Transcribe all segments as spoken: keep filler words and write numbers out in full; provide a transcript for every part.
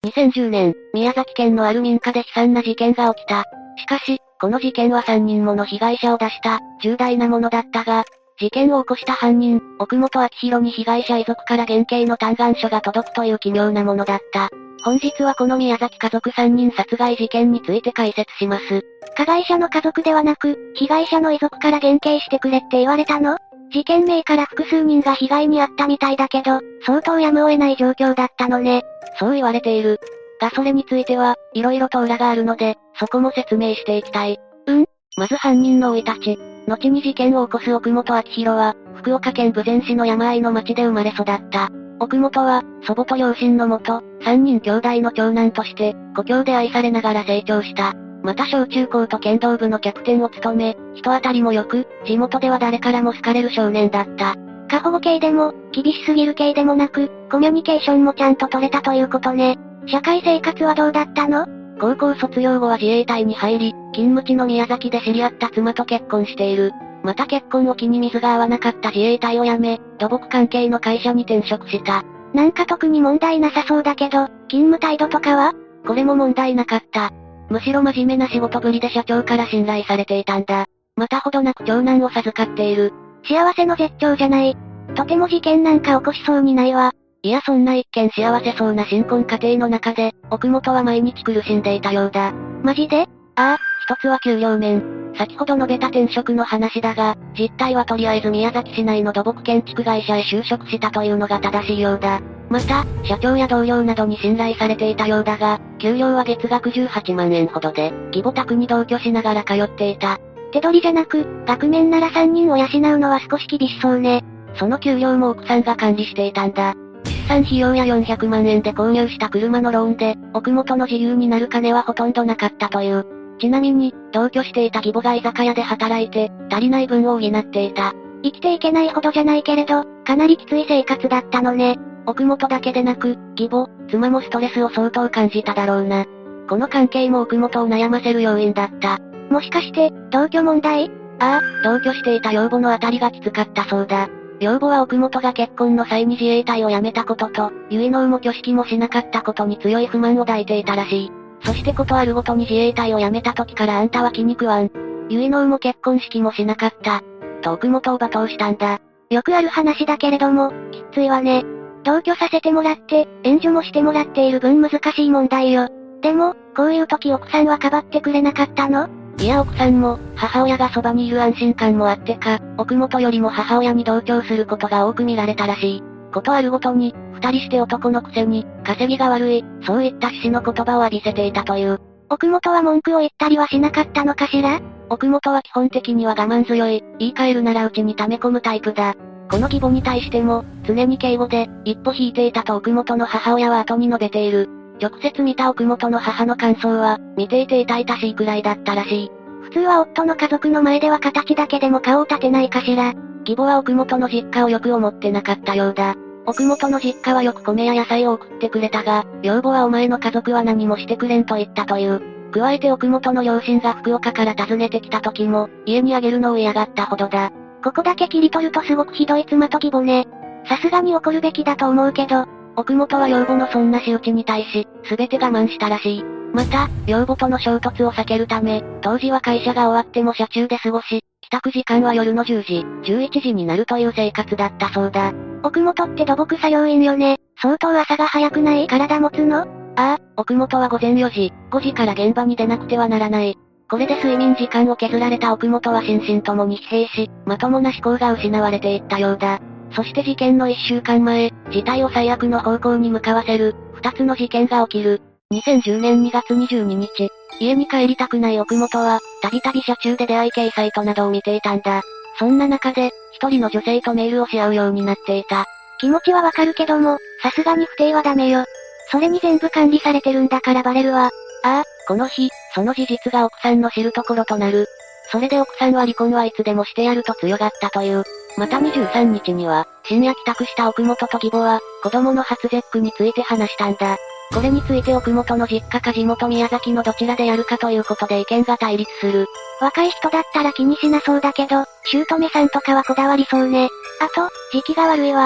にせんじゅうねん、宮崎県のある民家で悲惨な事件が起きた。しかし、この事件はさんにんもの被害者を出した、重大なものだったが、事件を起こした犯人、奥本明宏に被害者遺族から減刑の嘆願書が届くという奇妙なものだった。本日はこの宮崎家族さんにん殺害事件について解説します。 加害者の家族ではなく、被害者の遺族から減刑してくれって言われたの？事件名から複数人が被害に遭ったみたいだけど、相当やむを得ない状況だったのね。 そう言われている。がそれについては、色々と裏があるので、そこも説明していきたい。 うん？ まず犯人の生い立ち。後に事件を起こす奥本明宏は、福岡県豊前市の山あいの町で生まれ育った。奥本は、祖母と両親のもと、三人兄弟の長男として、故郷で愛されながら成長した。また小中高と剣道部のキャプテンを務め、人当たりも良く、地元では誰からも好かれる少年だった。 過保護系でも、厳しすぎる系でもなく、コミュニケーションもちゃんと取れたということね。社会生活はどうだったの？ 高校卒業後は自衛隊に入り、勤務地の宮崎で知り合った妻と結婚している。また結婚を機に水が合わなかった自衛隊を辞め、土木関係の会社に転職した。 なんか特に問題なさそうだけど、勤務態度とかは？ これも問題なかった。むしろ真面目な仕事ぶりで社長から信頼されていたんだ。またほどなく長男を授かっている。 幸せの絶頂じゃない。とても事件なんか起こしそうにないわ。 いやそんな一見幸せそうな新婚家庭の中で、奥本は毎日苦しんでいたようだ。 マジで？ ああ、一つは給料面。先ほど述べた転職の話だが、実態はとりあえず宮崎市内の土木建築会社へ就職したというのが正しいようだ。また、社長や同僚などに信頼されていたようだが、給料は月額じゅうはちまんえんほどで、義母宅に同居しながら通っていた。 手取りじゃなく、額面ならさんにんを養うのは少し厳しそうね。 その給料も奥さんが管理していたんだ。出産費用やよんひゃくまんえんで購入した車のローンで、奥本の自由になる金はほとんどなかったという。ちなみに、同居していた義母が居酒屋で働いて、足りない分を補っていた。 生きていけないほどじゃないけれど、かなりきつい生活だったのね。 奥本だけでなく、義母、妻もストレスを相当感じただろうな。この関係も奥本を悩ませる要因だった。 もしかして、同居問題？ ああ、同居していた養母のあたりがきつかったそうだ。養母は奥本が結婚の際に自衛隊を辞めたことと、結納も挙式もしなかったことに強い不満を抱いていたらしい。そしてことあるごとに自衛隊を辞めた時からあんたは気に食わん。結納も結婚式もしなかった。と奥本を罵倒したんだ。 よくある話だけれども、きついわね。同居させてもらって、援助もしてもらっている分難しい問題よ。でも、こういう時奥さんはかばってくれなかったの？ いや奥さんも、母親がそばにいる安心感もあってか、奥本よりも母親に同調することが多く見られたらしい。ことあるごとに、二人して男のくせに、稼ぎが悪い、そういった趣旨の言葉を浴びせていたという。 奥本は文句を言ったりはしなかったのかしら？ 奥本は基本的には我慢強い、言い換えるならうちに溜め込むタイプだ。この義母に対しても、常に敬語で、一歩引いていたと奥本の母親は後に述べている。直接見た奥本の母の感想は、見ていて痛々しいくらいだったらしい。 普通は夫の家族の前では形だけでも顔を立てないかしら。 義母は奥本の実家をよく思ってなかったようだ。奥本の実家はよく米や野菜を送ってくれたが、養母はお前の家族は何もしてくれんと言ったという。加えて奥本の両親が福岡から訪ねてきた時も、家にあげるのを嫌がったほどだ。 ここだけ切り取るとすごくひどい妻と義母ね。さすがに怒るべきだと思うけど、 奥本は養母のそんな仕打ちに対し、すべて我慢したらしい。また、養母との衝突を避けるため、当時は会社が終わっても車中で過ごし、帰宅時間は夜のじゅうじ、じゅういちじになるという生活だったそうだ。 奥本って土木作業員よね。相当朝が早くない？体持つの？ ああ、奥本は午前よじ、ごじから現場に出なくてはならない。これで睡眠時間を削られた奥本は心身ともに疲弊し、まともな思考が失われていったようだ。そして事件のいっしゅうかんまえ、事態を最悪の方向に向かわせる、二つの事件が起きる。にせんじゅうねんにがつにじゅうににち、家に帰りたくない奥本は、たびたび車中で出会い系サイトなどを見ていたんだ。そんな中で、一人の女性とメールをし合うようになっていた。 気持ちはわかるけども、さすがに不定はダメよ。それに全部管理されてるんだからバレるわ。 ああ、この日、その事実が奥さんの知るところとなる。それで奥さんは離婚はいつでもしてやると強がったという。またにじゅうさんにちには、深夜帰宅した奥本と義母は、子供の初節句について話したんだ。これについて奥本の実家か地元宮崎のどちらでやるかということで意見が対立する。 若い人だったら気にしなそうだけど、姑さんとかはこだわりそうね。あと、時期が悪いわ。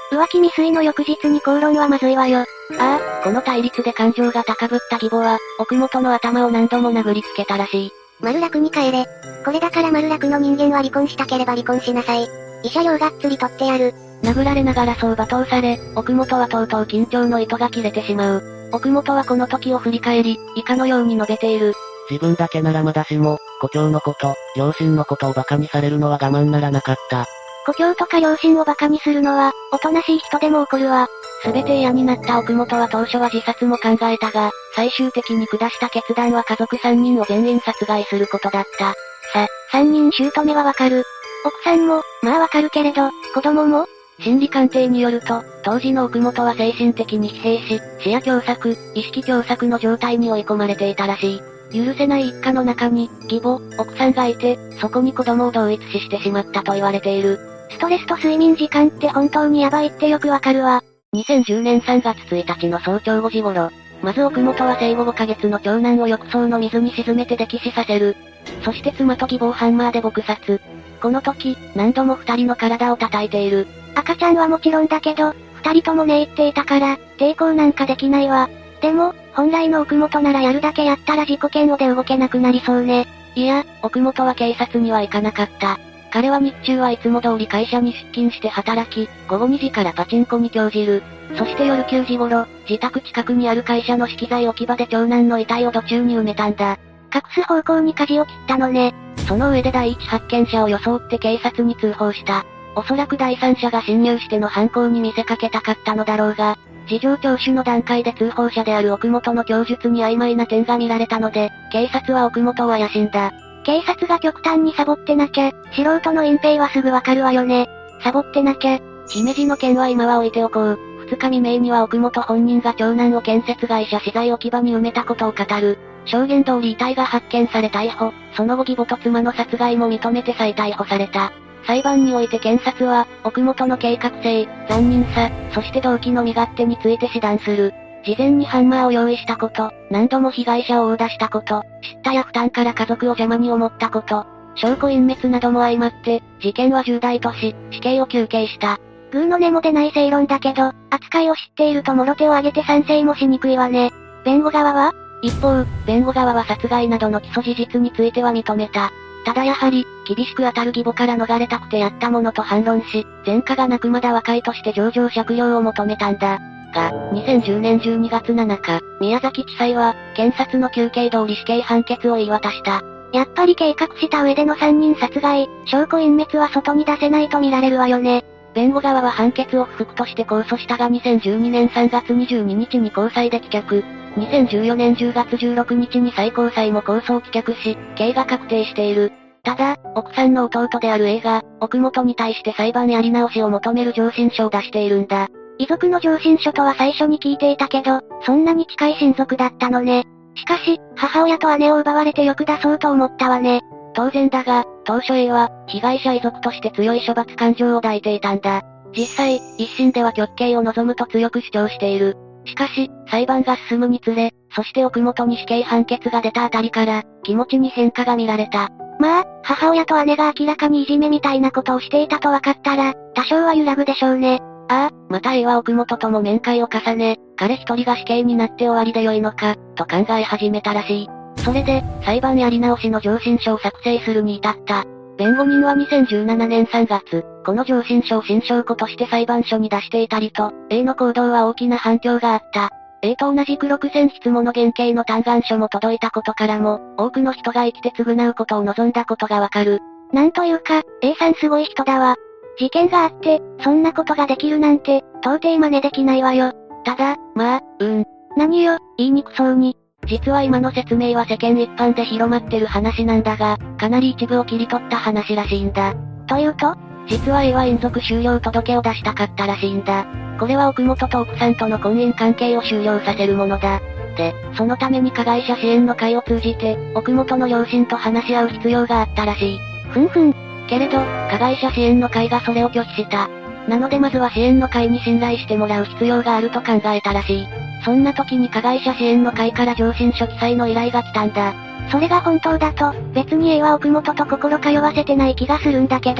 浮気未遂の翌日に口論はまずいわよ。 ああ、この対立で感情が高ぶった義母は、奥本の頭を何度も殴りつけたらしい。 丸楽に帰れ。これだから丸楽の人間は離婚したければ離婚しなさい。慰謝料がっつり取ってやる。 殴られながらそう罵倒され、奥本はとうとう緊張の糸が切れてしまう。奥本はこの時を振り返り、以下のように述べている。 自分だけならまだしも、故郷のこと、両親のことを馬鹿にされるのは我慢ならなかった。 故郷とか両親を馬鹿にするのは、おとなしい人でも怒るわ。 すべて嫌になった奥本は当初は自殺も考えたが、最終的に下した決断は家族さんにんを全員殺害することだった。 さ、三人姑はわかる。奥さんも、まあわかるけれど、子供も心理鑑定によると、当時の奥本は精神的に疲弊し、視野狭窄、意識狭窄の状態に追い込まれていたらしい。許せない一家の中に、義母、奥さんがいて、そこに子供を同一視してしまったと言われている。 ストレスと睡眠時間って本当にヤバいってよくわかるわ。 にせんじゅうねんさんがつついたちの早朝ごじ頃、まず奥本は生後ごかげつの長男を浴槽の水に沈めて溺死させる。そして妻と義母をハンマーで撲殺。この時、何度も二人の体を叩いている。 赤ちゃんはもちろんだけど、二人とも寝入っていたから、抵抗なんかできないわ。でも、本来の奥本ならやるだけやったら自己嫌悪で動けなくなりそうね。 いや、奥本は警察には行かなかった。彼は日中はいつも通り会社に出勤して働き、午後にじからパチンコに興じる。そして夜くじ頃、自宅近くにある会社の資機材置き場で長男の遺体を土中に埋めたんだ。 隠す方向に舵を切ったのね。 その上で第一発見者を装って警察に通報した。おそらく第三者が侵入しての犯行に見せかけたかったのだろうが、事情聴取の段階で通報者である奥本の供述に曖昧な点が見られたので、警察は奥本を怪しんだ。 警察が極端にサボってなきゃ、素人の隠蔽はすぐわかるわよね。サボってなきゃ。 姫路の件は今は置いておこう。二日未明には奥本本人が長男を建設会社資材置き場に埋めたことを語る。証言通り遺体が発見され逮捕。その後義母と妻の殺害も認めて再逮捕された。裁判において検察は、奥本の計画性、残忍さ、そして動機の身勝手について指談する。事前にハンマーを用意したこと、何度も被害者を殴打したこと、叱咤や負担から家族を邪魔に思ったこと、証拠隠滅なども相まって、事件は重大とし、死刑を求刑した。 グーの根も出ない正論だけど、扱いを知っているともろ手を挙げて賛成もしにくいわね。弁護側は一方、弁護側は殺害などの基礎事実については認めた。ただやはり、厳しく当たる義母から逃れたくてやったものと反論し、前科がなくまだ若いとして情状酌量を求めたんだ。が、にせんじゅうねんじゅうにがつなのか、宮崎地裁は、検察の求刑通り死刑判決を言い渡した。 やっぱり計画した上でのさんにん殺害、証拠隠滅は外に出せないと見られるわよね。 弁護側は判決を不服として控訴したがにせんじゅうにねんさんがつにじゅうににちに高裁で棄却。にせんじゅうよねんじゅうがつじゅうろくにちに最高裁も控訴を棄却し、刑が確定している。ただ、奥さんの弟である A が、奥本に対して裁判やり直しを求める上申書を出しているんだ。 遺族の上申書とは最初に聞いていたけど、そんなに近い親族だったのね。しかし、母親と姉を奪われてよく出そうと思ったわね。 当然だが、当初 A は、被害者遺族として強い処罰感情を抱いていたんだ。実際、一審では極刑を望むと強く主張している。しかし、裁判が進むにつれ、そして奥本に死刑判決が出たあたりから、気持ちに変化が見られた。 まあ、母親と姉が明らかにいじめみたいなことをしていたと分かったら、多少は揺らぐでしょうね。 ああ、また A は奥本とも面会を重ね、彼一人が死刑になって終わりでよいのか、と考え始めたらしい。それで、裁判やり直しの上申書を作成するに至った。弁護人はにせんじゅうななねんさんがつ、この上申書を新証拠として裁判所に出していたりと、A の行動は大きな反響があった。A と同じくろくせんひつもの原型の嘆願書も届いたことからも、多くの人が生きて償うことを望んだことがわかる。 なんというか、A さんすごい人だわ。事件があって、そんなことができるなんて、到底真似できないわよ。 ただ、まあ、うん。 何よ、言いにくそうに。 実は今の説明は世間一般で広まってる話なんだが、かなり一部を切り取った話らしいんだ。 というと？ 実は A は姻族終了届を出したかったらしいんだ。これは奥本と奥さんとの婚姻関係を終了させるものだ。で、そのために加害者支援の会を通じて、奥本の両親と話し合う必要があったらしい。 ふんふん。 けれど、加害者支援の会がそれを拒否した。なのでまずは支援の会に信頼してもらう必要があると考えたらしい。そんな時に加害者支援の会から上申書記載の依頼が来たんだ。 それが本当だと、別に A は奥本と心通わせてない気がするんだけど。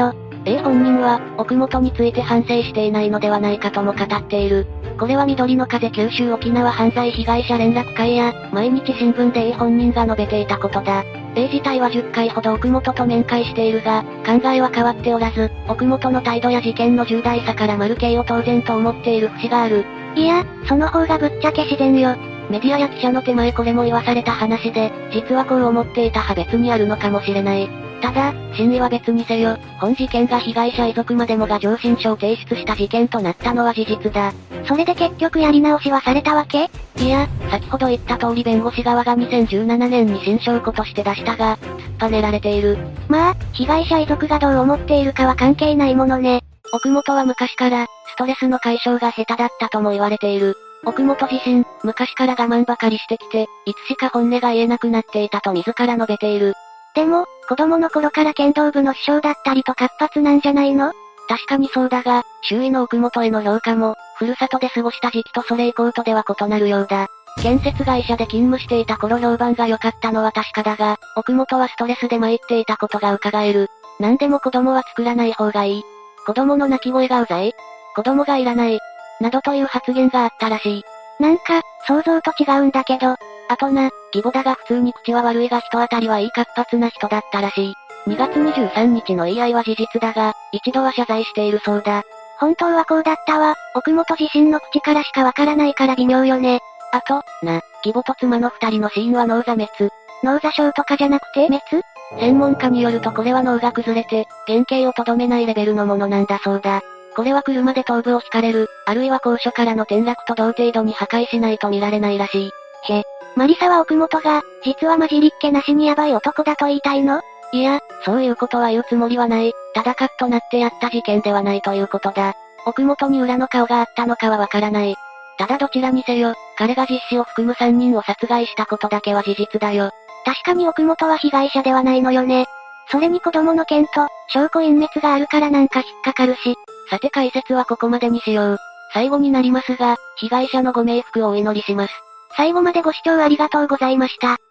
A 本人は、奥本について反省していないのではないかとも語っている。これは緑の風九州沖縄犯罪被害者連絡会や、毎日新聞で A 本人が述べていたことだ。A 自体はじゅっかいほど奥本と面会しているが、考えは変わっておらず、奥本の態度や事件の重大さからマル刑を当然と思っている節がある。 いや、その方がぶっちゃけ自然よ。 メディアや記者の手前これも言わされた話で、実はこう思っていた派別にあるのかもしれない。ただ、真意は別にせよ、本事件が被害者遺族までもが上申書を提出した事件となったのは事実だ。 それで結局やり直しはされたわけ？ いや、先ほど言った通り弁護士側がにせんじゅうななねんに新証拠として出したが、突っぱねられている。 まあ、被害者遺族がどう思っているかは関係ないものね。 奥本は昔から、ストレスの解消が下手だったとも言われている。奥本自身、昔から我慢ばかりしてきて、いつしか本音が言えなくなっていたと自ら述べている。 でも、子供の頃から剣道部の師匠だったりと活発なんじゃないの？ 確かにそうだが、周囲の奥本への評価も、ふるさとで過ごした時期とそれ以降とでは異なるようだ。建設会社で勤務していた頃評判が良かったのは確かだが、奥本はストレスで参っていたことが伺える。何でも子供は作らない方がいい。子供の泣き声がうざい。子供がいらない。などという発言があったらしい。 なんか、想像と違うんだけど。 あとな、義母だが普通に口は悪いが人当たりはいい活発な人だったらしい。にがつにじゅうさんにちの言い合いは事実だが、一度は謝罪しているそうだ。 本当はこうだったわ。奥本自身の口からしかわからないから微妙よね。 あと、な、義母と妻の二人の死因は脳挫滅。 脳挫傷とかじゃなくて滅？ 専門家によるとこれは脳が崩れて、原型をとどめないレベルのものなんだそうだ。これは車で頭部を引かれる、あるいは高所からの転落と同程度に破壊しないと見られないらしい。 へ。マリサは奥本が、実は混じりっ気なしにヤバい男だと言いたいの？ いや、そういうことは言うつもりはない。ただカッとなってやった事件ではないということだ。奥本に裏の顔があったのかはわからない。ただどちらにせよ、彼が実子を含むさんにんを殺害したことだけは事実だよ。 確かに奥本は被害者ではないのよね。それに子供の件と、証拠隠滅があるからなんか引っかかるし。 さて解説はここまでにしよう。最後になりますが、被害者のご冥福をお祈りします。 最後までご視聴ありがとうございました。